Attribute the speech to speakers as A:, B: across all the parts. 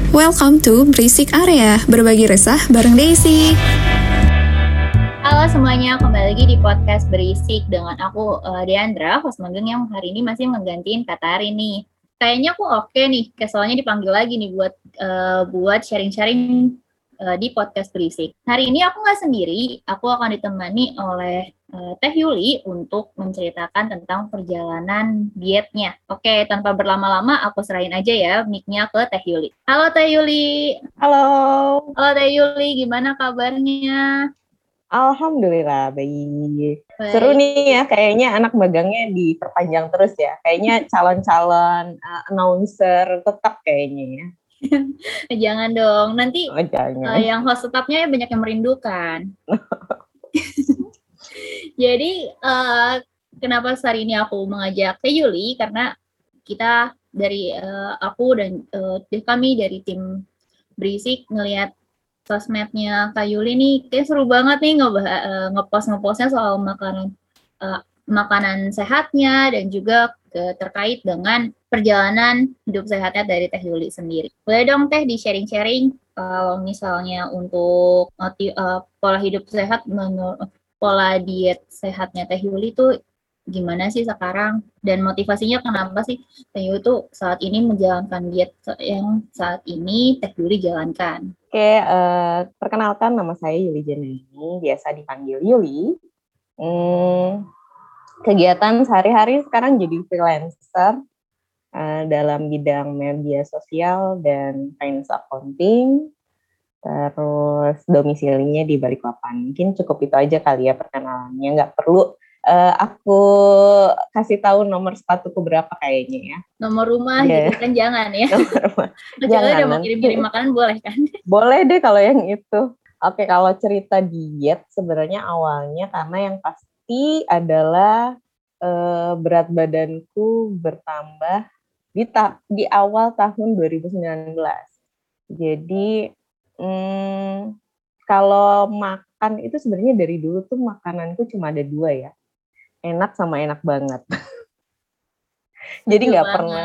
A: Welcome to Berisik Area, berbagi resah bareng Daisy.
B: Halo semuanya, kembali lagi di podcast Berisik dengan aku Deandra, host magang yang hari ini masih menggantiin Katari nih. Kayaknya aku oke nih, soalnya dipanggil lagi nih buat sharing-sharing di podcast Berisik. Hari ini aku nggak sendiri, aku akan ditemani oleh Teh Yuli untuk menceritakan tentang perjalanan dietnya. Oke, tanpa berlama-lama aku serahin aja ya mic-nya ke Teh Yuli. Halo Teh Yuli.
C: Halo.
B: Halo Teh Yuli, gimana kabarnya?
C: Alhamdulillah baik. Seru nih ya, kayaknya anak magangnya diperpanjang terus ya. Kayaknya calon-calon announcer tetap kayaknya ya.
B: Jangan dong, nanti
C: jangan.
B: yang host tetapnya banyak yang merindukan. Jadi kenapa hari ini aku mengajak Teh Yuli, karena kita dari aku dan kami dari tim Berisik ngelihat sosmednya Kak Yuli nih, kayak seru banget nih ngepost-ngepostnya soal makanan sehatnya dan juga terkait dengan perjalanan hidup sehatnya dari Teh Yuli sendiri. Boleh dong Teh di sharing-sharing kalau misalnya untuk pola hidup sehat, pola diet sehatnya Teh Yuli tuh gimana sih sekarang, dan motivasinya kenapa sih Teh Yuli tuh saat ini menjalankan diet yang saat ini Teh Yuli jalankan.
C: Oke, perkenalkan nama saya Yuli Jenny, biasa dipanggil Yuli. Kegiatan sehari-hari sekarang jadi freelancer dalam bidang media sosial dan finance accounting. Terus domisilinya di Balikpapan. Mungkin cukup itu aja kali ya perkenalannya. Nggak perlu aku kasih tahu nomor sepatuku berapa kayaknya ya.
B: Nomor rumah gitu kan jangan ya.
C: Nomor rumah.
B: Jangan, udah mau kirim-kirim makanan boleh kan?
C: Boleh deh kalau yang itu. Oke, kalau cerita diet sebenarnya awalnya karena yang pasti adalah berat badanku bertambah di awal tahun 2019. Jadi kalau makan itu sebenarnya dari dulu tuh makananku cuma ada 2 ya, enak sama enak banget. Jadi nggak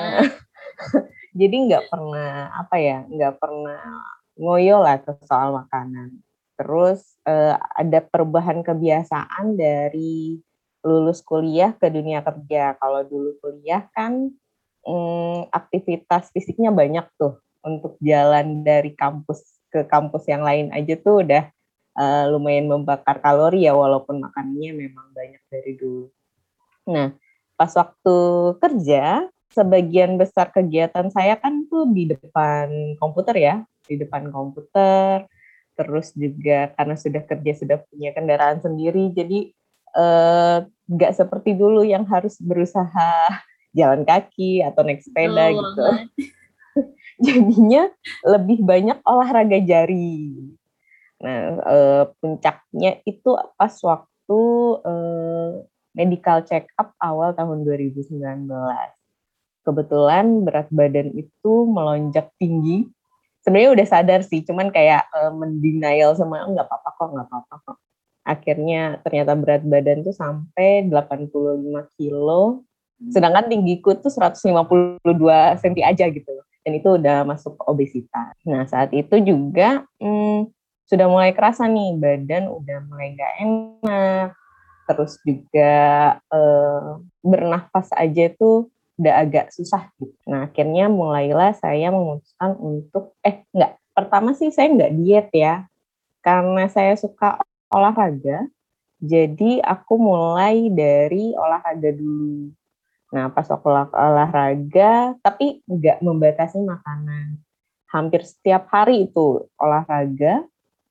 C: pernah ngoyo lah soal makanan. Terus ada perubahan kebiasaan dari lulus kuliah ke dunia kerja. Kalau dulu kuliah kan aktivitas fisiknya banyak tuh, untuk jalan dari kampus ke kampus yang lain aja tuh udah lumayan membakar kalori ya, walaupun makannya memang banyak dari dulu. Nah, pas waktu kerja, sebagian besar kegiatan saya kan tuh di depan komputer ya, di depan komputer. Terus juga karena sudah kerja, sudah punya kendaraan sendiri, jadi nggak seperti dulu yang harus berusaha jalan kaki atau naik sepeda gitu. Jadinya lebih banyak olahraga jari. Nah, puncaknya itu pas waktu medical check up awal tahun 2019. Kebetulan berat badan itu melonjak tinggi. Sebenarnya udah sadar sih, cuman kayak mendenial sama nggak apa-apa kok. Akhirnya ternyata berat badan tuh sampai 85 kilo, sedangkan tinggiku tuh 152 cm aja gitu. Dan itu udah masuk ke obesitas. Nah, saat itu juga sudah mulai kerasa nih, badan udah mulai gak enak. Terus juga bernafas aja tuh udah agak susah gitu. Nah, akhirnya mulailah saya memutuskan untuk, pertama sih saya nggak diet ya. Karena saya suka olahraga, jadi aku mulai dari olahraga dulu. Nah, pas aku olahraga, tapi nggak membatasi makanan. Hampir setiap hari itu olahraga.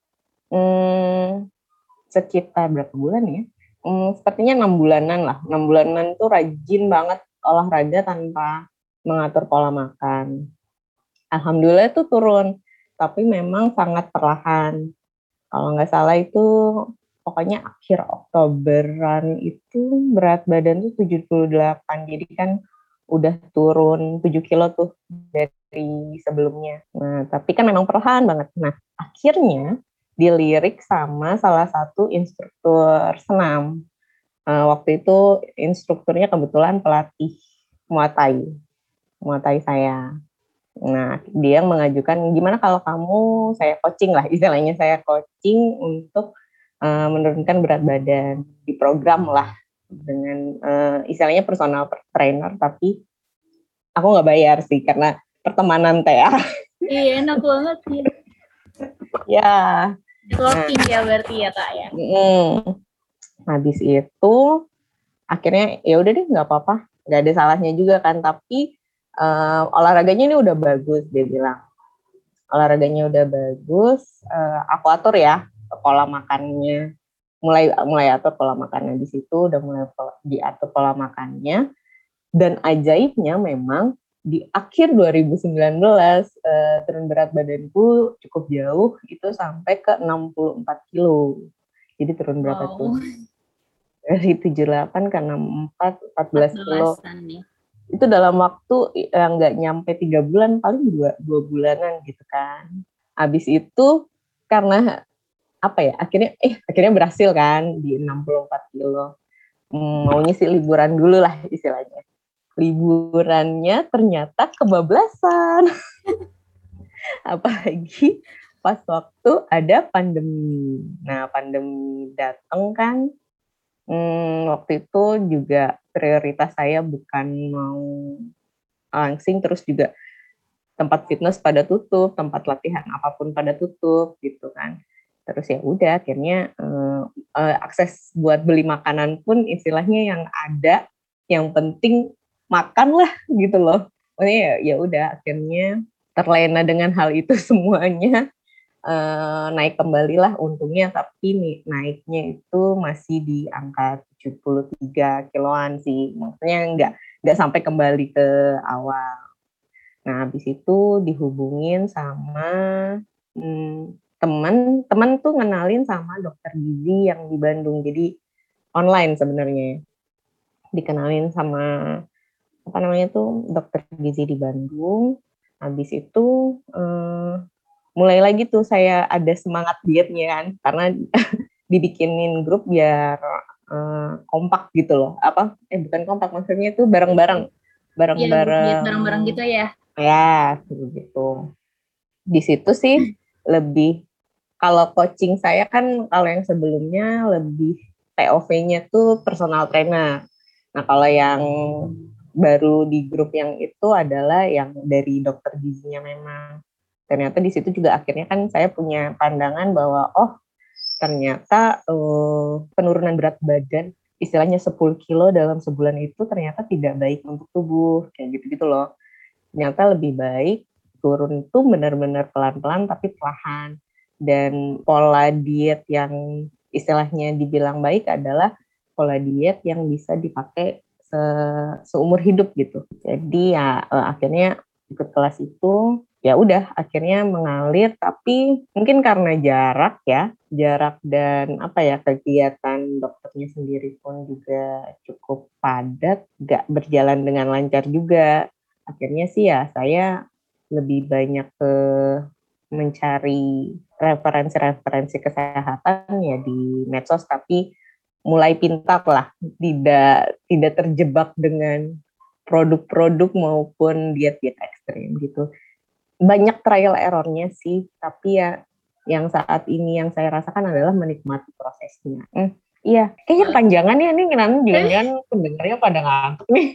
C: Sekitar berapa bulan ya? Sepertinya 6 bulanan lah. 6 bulanan tuh rajin banget olahraga tanpa mengatur pola makan. Alhamdulillah itu turun, tapi memang sangat perlahan. Kalau nggak salah itu pokoknya akhir Oktoberan itu berat badan tuh 78. Jadi kan udah turun 7 kilo tuh dari sebelumnya. Nah, tapi kan memang perlahan banget. Nah, akhirnya dilirik sama salah satu instruktur senam. Waktu itu instrukturnya kebetulan pelatih Muay Thai saya. Nah, dia mengajukan gimana kalau kamu saya coaching lah, istilahnya saya coaching untuk menurunkan berat badan, di program lah dengan istilahnya personal trainer, tapi aku nggak bayar sih karena pertemanan teh.
B: Iya, enak banget sih.
C: Ya.
B: Networking ya berarti ya Kak ya.
C: Habis itu akhirnya ya udah deh nggak apa-apa, nggak ada salahnya juga kan, tapi olahraganya ini udah bagus, dia bilang olahraganya udah bagus, aku atur ya pola makannya, mulai atur pola makannya di situ, udah mulai diatur pola makannya, dan ajaibnya memang di akhir 2019 turun berat badanku cukup jauh, itu sampai ke 64 kilo. Jadi turun berapa tuh? Dari 78 ke 64, 14 kilo.
B: Ya.
C: Itu dalam waktu yang nggak nyampe 3 bulan, paling 2 bulanan gitu kan. Habis itu karena apa ya, akhirnya berhasil kan di 64 kilo. Maunya sih liburan dulu lah istilahnya. Liburannya ternyata kebablasan. Apalagi pas waktu ada pandemi. Nah, pandemi datang kan, waktu itu juga prioritas saya bukan mau langsing, terus juga tempat fitness pada tutup, tempat latihan apapun pada tutup gitu kan. Terus ya udah akhirnya akses buat beli makanan pun istilahnya yang ada, yang penting makan lah gitu loh. Maksudnya ya udah akhirnya terlena dengan hal itu semuanya. Naik kembali lah untungnya, tapi naiknya itu masih di angka 73 kiloan sih, maksudnya nggak sampai kembali ke awal. Nah habis itu dihubungin sama teman tuh ngenalin sama dokter gizi yang di Bandung, jadi online sebenarnya, dikenalin sama apa namanya tuh dokter gizi di Bandung. Habis itu mulai lagi tuh saya ada semangat dietnya kan, karena dibikinin grup biar kompak gitu loh. Bukan kompak, maksudnya itu bareng-bareng.
B: Iya, bareng-bareng gitu ya.
C: Ya, gitu. Di situ sih lebih, kalau coaching saya kan kalau yang sebelumnya lebih TOV-nya tuh personal trainer. Nah, kalau yang baru di grup yang itu adalah yang dari dokter gizinya memang. Ternyata di situ juga akhirnya kan saya punya pandangan bahwa ternyata penurunan berat badan istilahnya 10 kilo dalam sebulan itu ternyata tidak baik untuk tubuh, kayak gitu-gitu loh. Ternyata lebih baik turun itu benar-benar pelan-pelan tapi perlahan. Dan pola diet yang istilahnya dibilang baik adalah pola diet yang bisa dipakai seumur hidup gitu. Jadi ya akhirnya ikut kelas itu, ya udah akhirnya mengalir, tapi mungkin karena jarak dan kegiatan dokternya sendiri pun juga cukup padat, gak berjalan dengan lancar juga. Akhirnya sih ya saya lebih banyak ke mencari referensi kesehatan ya di medsos, tapi mulai pintar lah, tidak terjebak dengan produk-produk maupun diet-diet ekstrim gitu. Banyak trial errornya sih, tapi ya yang saat ini yang saya rasakan adalah menikmati prosesnya. Iya, kayaknya kepanjangan ya nih, nanti jangan-jangan pendengarnya pada ngantuk nih.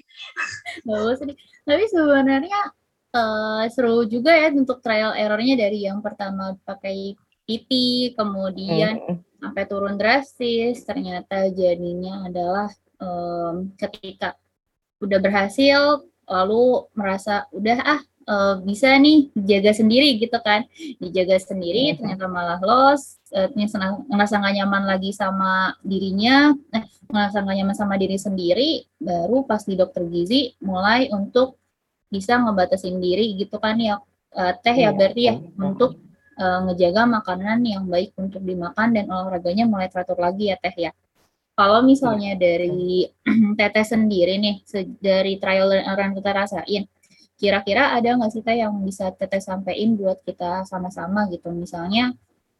B: Tapi sebenarnya seru juga ya untuk trial errornya, dari yang pertama pakai PT, kemudian sampai turun drastis, ternyata jadinya adalah ketika udah berhasil lalu merasa udah bisa nih jaga sendiri gitu kan, dijaga sendiri ternyata malah loss, ngerasa nggak nyaman lagi sama dirinya, ngerasa nggak nyaman sama diri sendiri, baru pas di dokter gizi mulai untuk bisa ngebatasin diri gitu kan ya, Teh ya berarti ya, untuk ngejaga makanan yang baik untuk dimakan dan olahraganya mulai teratur lagi ya Teh ya. Kalau misalnya dari Teteh sendiri nih, dari trial and error yang kita rasain, kira-kira ada nggak sih Teh yang bisa Teteh sampaikan buat kita sama-sama gitu, misalnya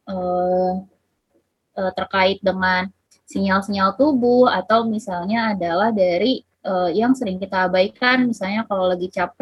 B: terkait dengan sinyal-sinyal tubuh, atau misalnya adalah dari yang sering kita abaikan, misalnya kalau lagi capek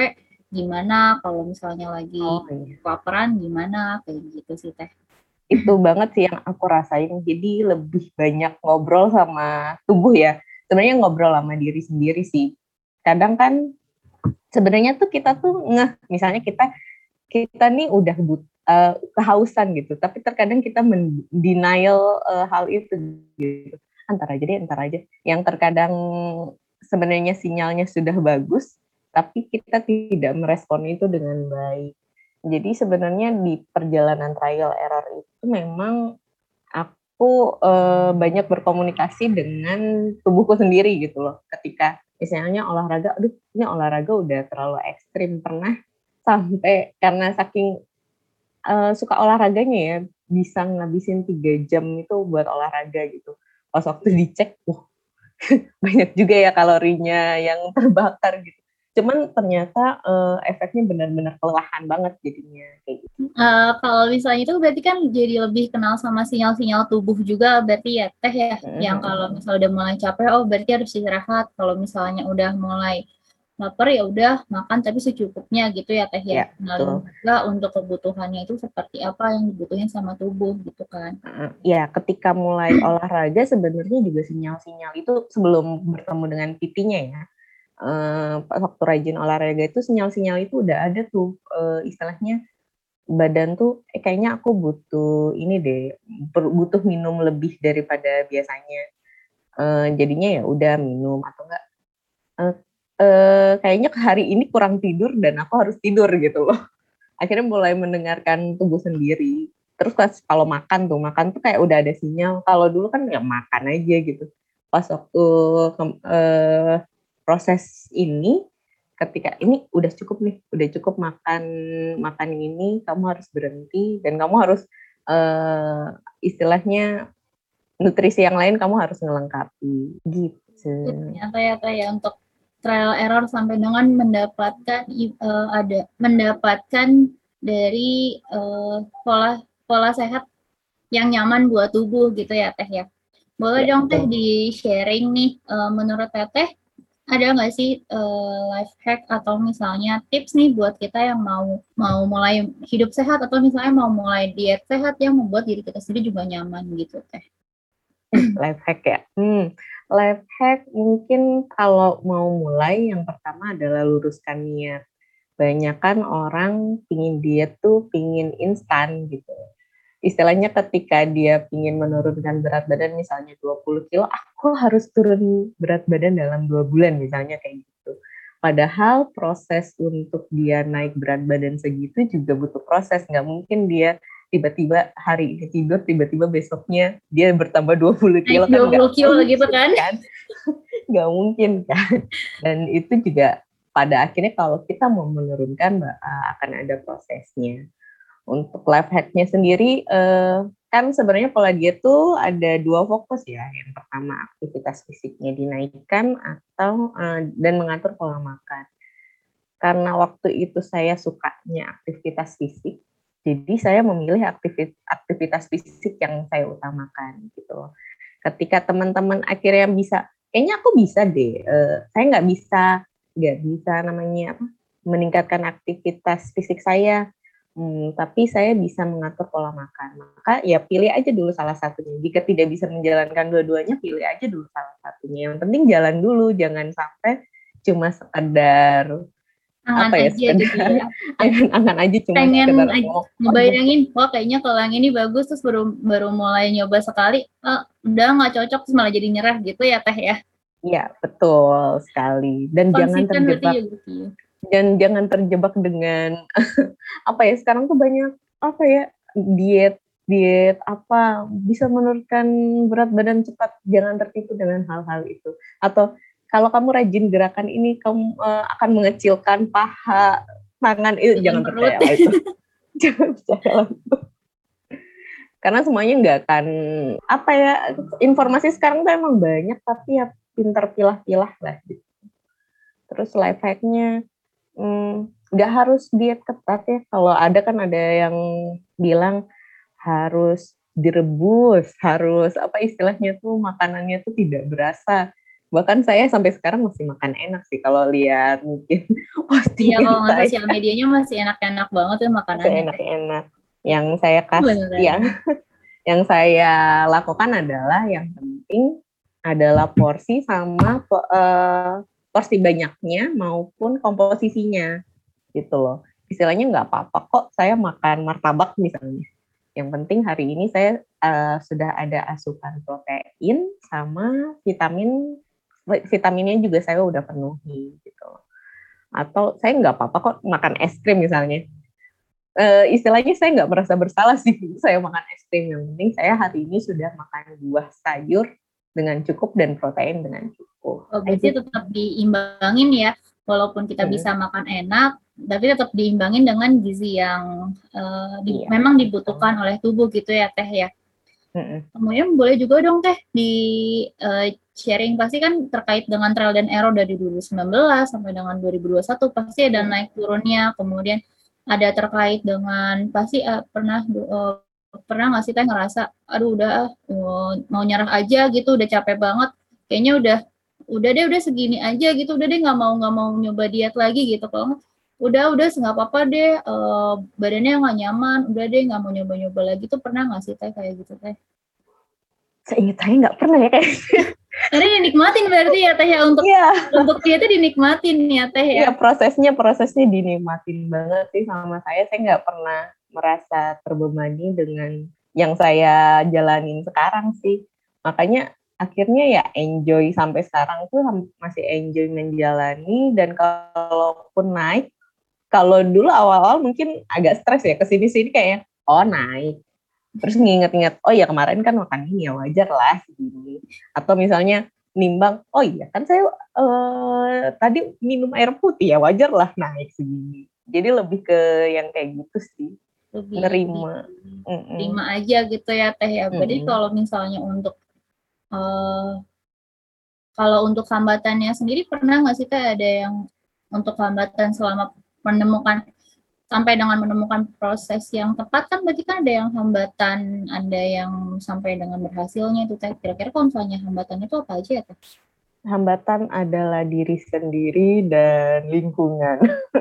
B: gimana, kalau misalnya lagi
C: Oh iya.
B: kelaparan gimana, kayak gitu sih Teh.
C: Itu banget sih yang aku rasain. Jadi lebih banyak ngobrol sama tubuh ya. Sebenarnya ngobrol sama diri sendiri sih. Kadang kan sebenarnya tuh kita tuh misalnya kita nih udah kehausan gitu, tapi terkadang kita denial hal itu gitu. Antar aja. Yang terkadang sebenarnya sinyalnya sudah bagus, tapi kita tidak merespon itu dengan baik. Jadi sebenarnya di perjalanan trial error itu memang aku banyak berkomunikasi dengan tubuhku sendiri gitu loh. Ketika misalnya olahraga, aduh ini olahraga udah terlalu ekstrim, pernah sampai karena saking suka olahraganya ya, bisa ngabisin 3 jam itu buat olahraga gitu. Pas waktu dicek, banyak juga ya kalorinya yang terbakar gitu. Cuman ternyata efeknya benar-benar kelelahan banget jadinya kayak gitu.
B: Kalau misalnya itu berarti kan jadi lebih kenal sama sinyal-sinyal tubuh juga berarti ya Teh ya, yang kalau misalnya udah mulai capek, oh berarti harus istirahat. Kalau misalnya udah mulai lapar ya udah makan tapi secukupnya gitu ya Teh ya.
C: Ya,
B: Kenalin
C: betul.
B: juga untuk kebutuhannya itu seperti apa yang dibutuhin sama tubuh gitu kan.
C: Ya, ketika mulai olahraga sebenarnya juga sinyal-sinyal itu sebelum bertemu dengan PT-nya ya. Waktu rajin olahraga itu sinyal-sinyal itu udah ada tuh, istilahnya badan tuh kayaknya aku butuh ini deh, butuh minum lebih daripada biasanya. Jadinya ya udah minum atau enggak kayaknya hari ini kurang tidur dan aku harus tidur gitu loh. Akhirnya mulai mendengarkan tubuh sendiri. Terus kalau makan tuh kayak udah ada sinyal. Kalau dulu kan ya makan aja gitu. Pas waktu proses ini, ketika ini udah cukup makan ini, kamu harus berhenti dan kamu harus istilahnya nutrisi yang lain kamu harus ngelengkapi gitu.
B: Ternyata ya Teh ya, untuk trial error sampai dengan mendapatkan dari pola sehat yang nyaman buat tubuh gitu ya Teh ya. Boleh
C: Ya,
B: dong Teh
C: betul.
B: di sharing nih, menurut Teteh ada nggak sih life hack atau misalnya tips nih buat kita yang mau mulai hidup sehat atau misalnya mau mulai diet sehat yang membuat diri kita sendiri juga nyaman gitu Teh.
C: Life hack ya. Life hack mungkin kalau mau mulai yang pertama adalah luruskan niat. Banyak kan orang pingin diet tuh pingin instan gitu. Istilahnya ketika dia pingin menurunkan berat badan misalnya 20 kilo, aku harus turun berat badan dalam 2 bulan misalnya kayak gitu. Padahal proses untuk dia naik berat badan segitu juga butuh proses. Nggak mungkin dia tiba-tiba hari ini tidur, tiba-tiba besoknya dia bertambah 20
B: Naik
C: kilo kan
B: 20
C: nggak
B: kilo gitu
C: mungkin
B: kan.
C: kan. Nggak mungkin kan. Dan itu juga pada akhirnya kalau kita mau menurunkan akan ada prosesnya. Untuk life hack-nya sendiri, kan sebenarnya pola diet tuh ada 2 fokus ya. Yang pertama aktivitas fisiknya dinaikkan atau dan mengatur pola makan. Karena waktu itu saya sukanya aktivitas fisik, jadi saya memilih aktivitas fisik yang saya utamakan gitu. Ketika teman-teman akhirnya bisa, kayaknya aku bisa deh. Saya nggak bisa namanya apa? Meningkatkan aktivitas fisik saya. Tapi saya bisa mengatur pola makan. Maka ya pilih aja dulu salah satunya. Jika tidak bisa menjalankan dua-duanya, pilih aja dulu salah satunya. Yang penting jalan dulu, jangan sampai cuma sekedar
B: Angan aja gitu
C: sekedar
B: ya.
C: angan-angan aja cuma
B: Pengen
C: sekedar ngomong.
B: ngebayangin, wah kayaknya kalau yang ini bagus, terus baru mulai nyoba sekali, udah nggak cocok, terus malah jadi nyerah gitu ya Teh ya.
C: Iya, betul sekali. Dan
B: Konsisten berarti ya gitu ya.
C: jangan terjebak dengan apa ya, sekarang tuh banyak apa ya, diet diet apa bisa menurunkan berat badan cepat. Jangan tertipu dengan hal-hal itu. Atau kalau kamu rajin gerakan ini kamu akan mengecilkan paha, tangan, itu
B: Dengan
C: jangan
B: perut.
C: percayalah itu. Jangan percayalah. Karena semuanya nggak akan apa ya, informasi sekarang tuh emang banyak tapi ya pinter pilah-pilah lah gitu. Terus life hack-nya nggak harus diet ketat ya. Kalau ada kan ada yang bilang harus direbus, harus apa istilahnya tuh makanannya tuh tidak berasa. Bahkan saya sampai sekarang masih makan enak sih kalau lihat mungkin
B: Iya,
C: postingan
B: kalau nggak
C: saya.
B: sosial medianya masih enak-enak banget ya makanannya.
C: Seenak-enak. Yang saya
B: Beneran.
C: yang saya lakukan adalah yang penting adalah porsi sama porsi banyaknya maupun komposisinya gitu loh. Istilahnya nggak apa-apa kok saya makan martabak misalnya. Yang penting hari ini saya sudah ada asupan protein sama vitaminnya juga saya udah penuhi gitu. Atau saya nggak apa-apa kok makan es krim misalnya. Istilahnya saya nggak merasa bersalah sih saya makan es krim. Yang penting saya hari ini sudah makan buah sayur dengan cukup dan protein dengan cukup.
B: Oh, berarti tetap diimbangin ya, walaupun kita bisa makan enak, tapi tetap diimbangin dengan gizi yang memang dibutuhkan oleh tubuh gitu ya Teh ya. Kemudian boleh juga dong Teh di sharing, pasti kan terkait dengan trial dan error dari 2019 sampai dengan 2021 pasti ada naik turunnya, kemudian ada terkait dengan pasti pernah nggak sih Teh ngerasa aduh udah mau nyerah aja gitu, udah capek banget, kayaknya udah segini aja gitu, udah deh nggak mau nyoba diet lagi gitu. Kalau udah nggak apa-apa deh, badannya nggak nyaman, udah deh nggak mau nyoba lagi. Tuh pernah nggak sih Teh kayak gitu Teh?
C: Seingat saya nggak pernah ya kayak gitu.
B: Karena dinikmatin berarti ya Teh ya, untuk dietnya dinikmatin ya Teh ya.
C: Iya, prosesnya dinikmatin banget sih sama saya. Saya nggak pernah merasa terbebani dengan yang saya jalanin sekarang sih. Makanya akhirnya ya enjoy sampai sekarang tuh masih enjoy menjalani. Dan kalaupun naik, kalau dulu awal-awal mungkin agak stres ya, kesini-sini kayaknya naik. Terus nginget-inget, oh ya kemarin kan makan ini ya wajar lah segini. Atau misalnya nimbang, oh iya kan saya tadi minum air putih ya wajar lah naik segini. Jadi lebih ke yang kayak gitu sih. Nerima.
B: Terima aja gitu ya Teh ya. Berarti kalau misalnya kalau untuk hambatannya sendiri pernah nggak sih Teh ada yang untuk hambatan selama sampai dengan menemukan proses yang tepat, kan berarti kan ada yang hambatan, ada yang sampai dengan berhasilnya itu Teh. Kira-kira kalau misalnya hambatan itu apa aja ya Teh?
C: Hambatan adalah diri sendiri dan lingkungan.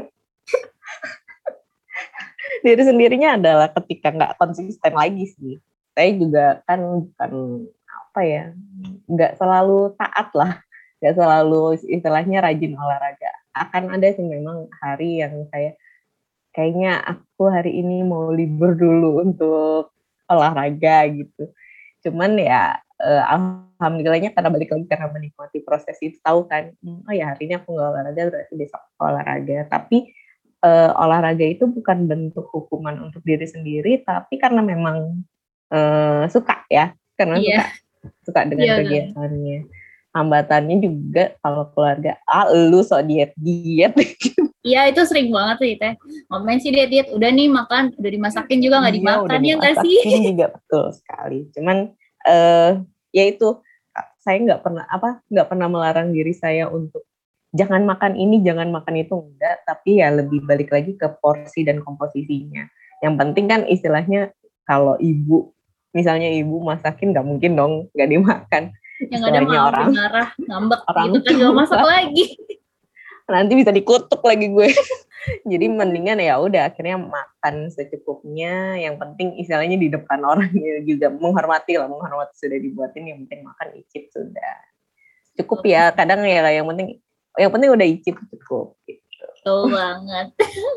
C: Diri sendirinya adalah ketika nggak konsisten lagi sih. Saya juga kan bukan nggak selalu taat lah, nggak selalu istilahnya rajin olahraga. Akan ada sih memang hari yang kayaknya aku hari ini mau libur dulu untuk olahraga gitu. Cuman ya alhamdulillahnya karena balik lagi karena menikmati proses itu, tahu kan, oh ya hari ini aku nggak olahraga berarti besok olahraga. Tapi olahraga itu bukan bentuk hukuman untuk diri sendiri, tapi karena memang suka ya, karena suka dengan kegiatannya. Hambatannya juga kalau keluarga, lu sok diet.
B: Iya itu sering banget sih Teh. Ngapain sih diet, udah nih makan, udah dimasakin juga nggak dimakan ya nggak sih?
C: Juga betul sekali. Cuman ya itu, saya nggak pernah melarang diri saya untuk jangan makan ini, jangan makan itu, enggak. Tapi ya lebih balik lagi ke porsi dan komposisinya. Yang penting kan istilahnya kalau misalnya ibu masakin, nggak mungkin dong nggak dimakan.
B: Yang ada orang marah, ngambek gitu kan, gak masak lagi.
C: Nanti bisa dikutuk lagi gue. Jadi mendingan ya udah akhirnya makan secukupnya. Yang penting istilahnya di depan orang juga menghormati sudah dibuatin. Yang penting makan icip sudah cukup ya. Kadang ya yang penting udah icip cukup gitu.
B: Betul banget.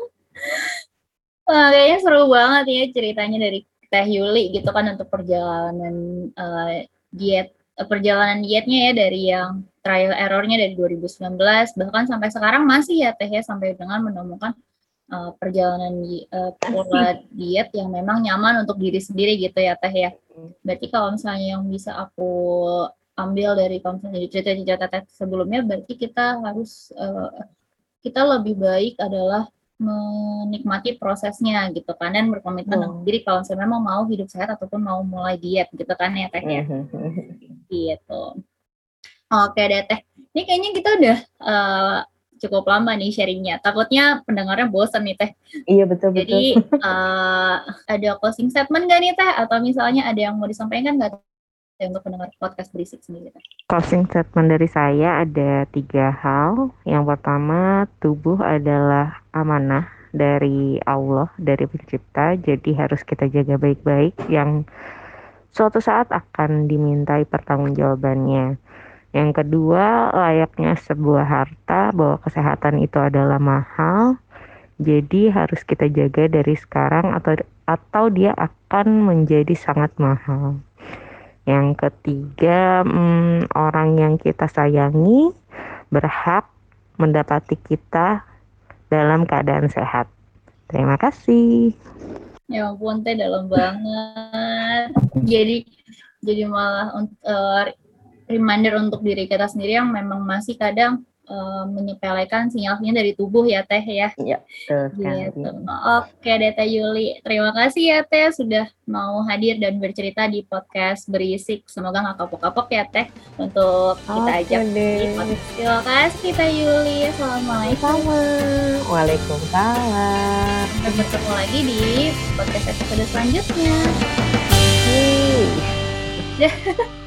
B: Wah, kayaknya seru banget ya ceritanya dari Teh Yuli gitu kan untuk perjalanan dietnya ya, dari yang trial errornya dari 2019 bahkan sampai sekarang masih ya Teh ya, sampai dengan menemukan perjalanan pola diet yang memang nyaman untuk diri sendiri gitu ya Teh ya. Berarti kalau misalnya yang bisa aku ambil dari cerita-cerita Teh sebelumnya, berarti kita harus kita lebih baik adalah menikmati prosesnya gitu kan, dan berkomitmen dengan diri kalau saya memang mau hidup sehat ataupun mau mulai diet gitu kan ya Teh ya. Gitu. Oke deh Teh. Ini kayaknya kita udah cukup lama nih sharingnya. Takutnya pendengarnya bosan nih Teh.
C: Iya betul.
B: Jadi ada closing statement nggak nih Teh? Atau misalnya ada yang mau disampaikan nggak untuk pendengar podcast berisik sendiri Teh?
C: Closing statement dari saya ada 3 hal. Yang pertama, tubuh adalah amanah dari Allah, dari pencipta, jadi harus kita jaga baik-baik yang suatu saat akan dimintai pertanggungjawabannya. Yang kedua, layaknya sebuah harta bahwa kesehatan itu adalah mahal, jadi harus kita jaga dari sekarang atau dia akan menjadi sangat mahal. Yang ketiga, orang yang kita sayangi berhak mendapati kita dalam keadaan sehat. Terima kasih.
B: Ya ampun Teh, dalam banget. Jadi malah reminder untuk diri kita sendiri yang memang masih kadang menyepelekan sinyal-sinyal dari tubuh ya Teh ya.
C: Iya, betul sekali.
B: Gitu. Oke deh Teh Yuli, terima kasih ya Teh sudah mau hadir dan bercerita di podcast berisik. Semoga nggak kapok-kapok ya Teh untuk kita ajak di podcast. Terima kasih Teh Yuli. Assalamualaikum.
C: Waalaikumsalam.
B: Sampai bertemu lagi di podcast episode selanjutnya.